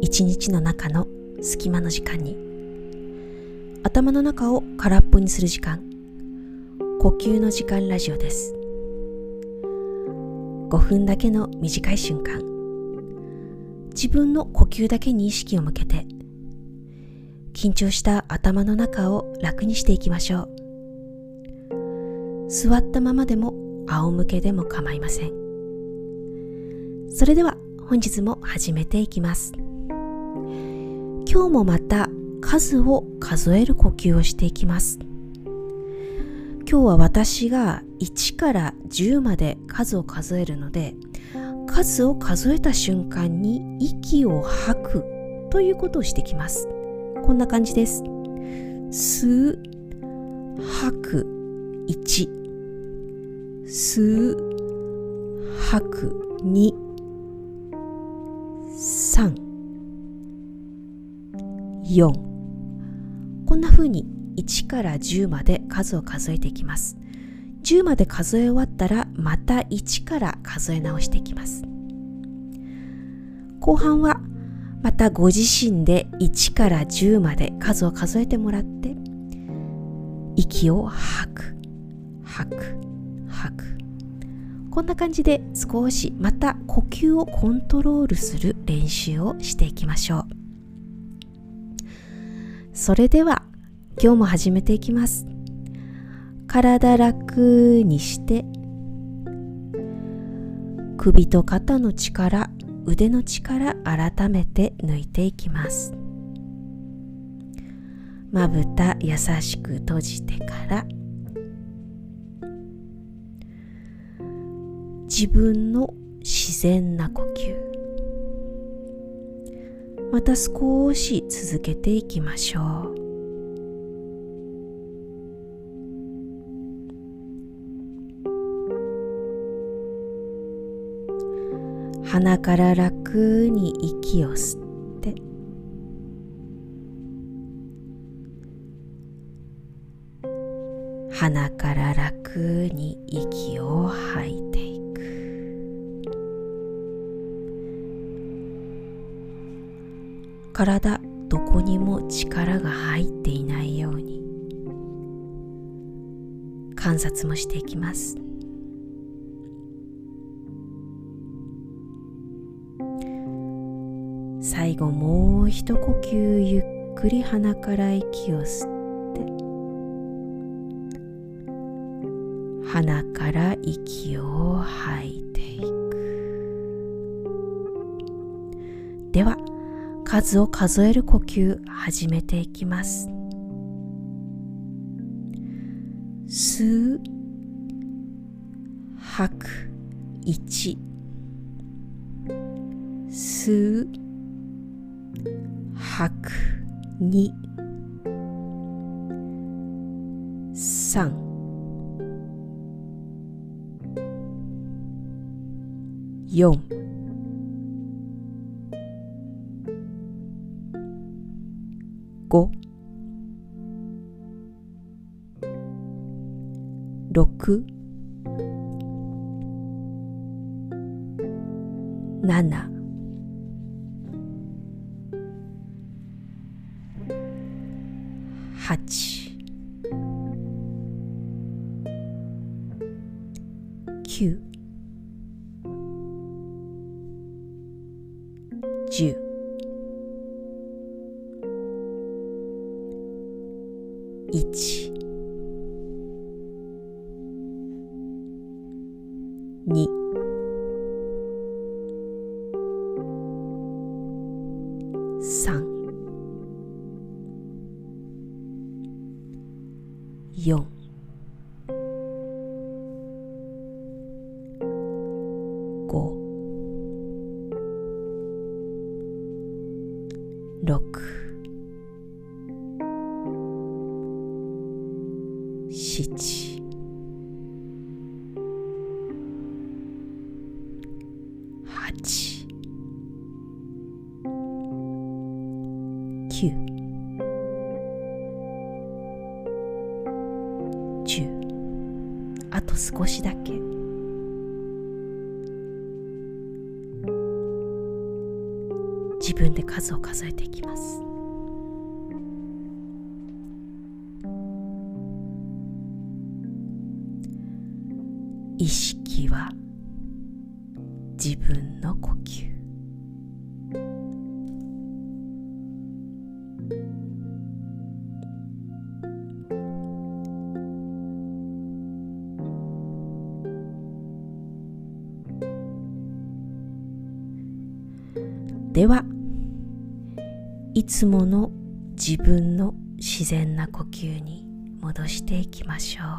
一日の中の隙間の時間に頭の中を空っぽにする時間、呼吸の時間ラジオです。5分だけの短い瞬間、自分の呼吸だけに意識を向けて緊張した頭の中を楽にしていきましょう。座ったままでも仰向けでも構いません。それでは本日も始めていきます。今日もまた数を数える呼吸をしていきます。今日は私が1から10まで数を数えるので、数を数えた瞬間に息を吐くということをしてきます。こんな感じです。吸う、吐く、1、吸う、吐く、2、3、4。こんな風に1から10まで数を数えていきます。10まで数え終わったらまた1から数え直していきます。後半はまたご自身で1から10まで数を数えてもらって、息を吐く、吐く、吐く。こんな感じで少しまた呼吸をコントロールする練習をしていきましょう。それでは今日も始めていきます。体楽にして首と肩の力、腕の力改めて抜いていきます。まぶた優しく閉じてから自分の自然な呼吸、また少し続けていきましょう。鼻から楽に息を吸って鼻から楽に息を吐いていく。体どこにも力が入っていないように観察もしていきます。最後もう一呼吸、ゆっくり鼻から息を吸って鼻から息を吐いていく。では数を数える呼吸始めていきます。吸う、吐く、1、吸う、吐く、2、3、4、5、6、7、8、9、10、1、2、3、4、5、6、7、8、9、10。あと少しだけ。 自分で数を数えていきます。意識は自分の呼吸。では、いつもの自分の自然な呼吸に戻していきましょ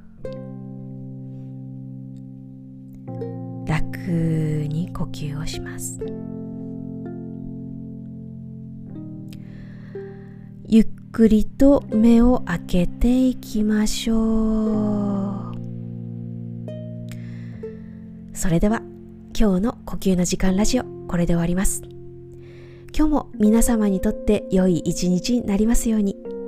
う。楽に呼吸をします。ゆっくりと目を開けていきましょう。それでは今日の呼吸の時間ラジオ、これで終わります。今日も皆様にとって良い一日になりますように。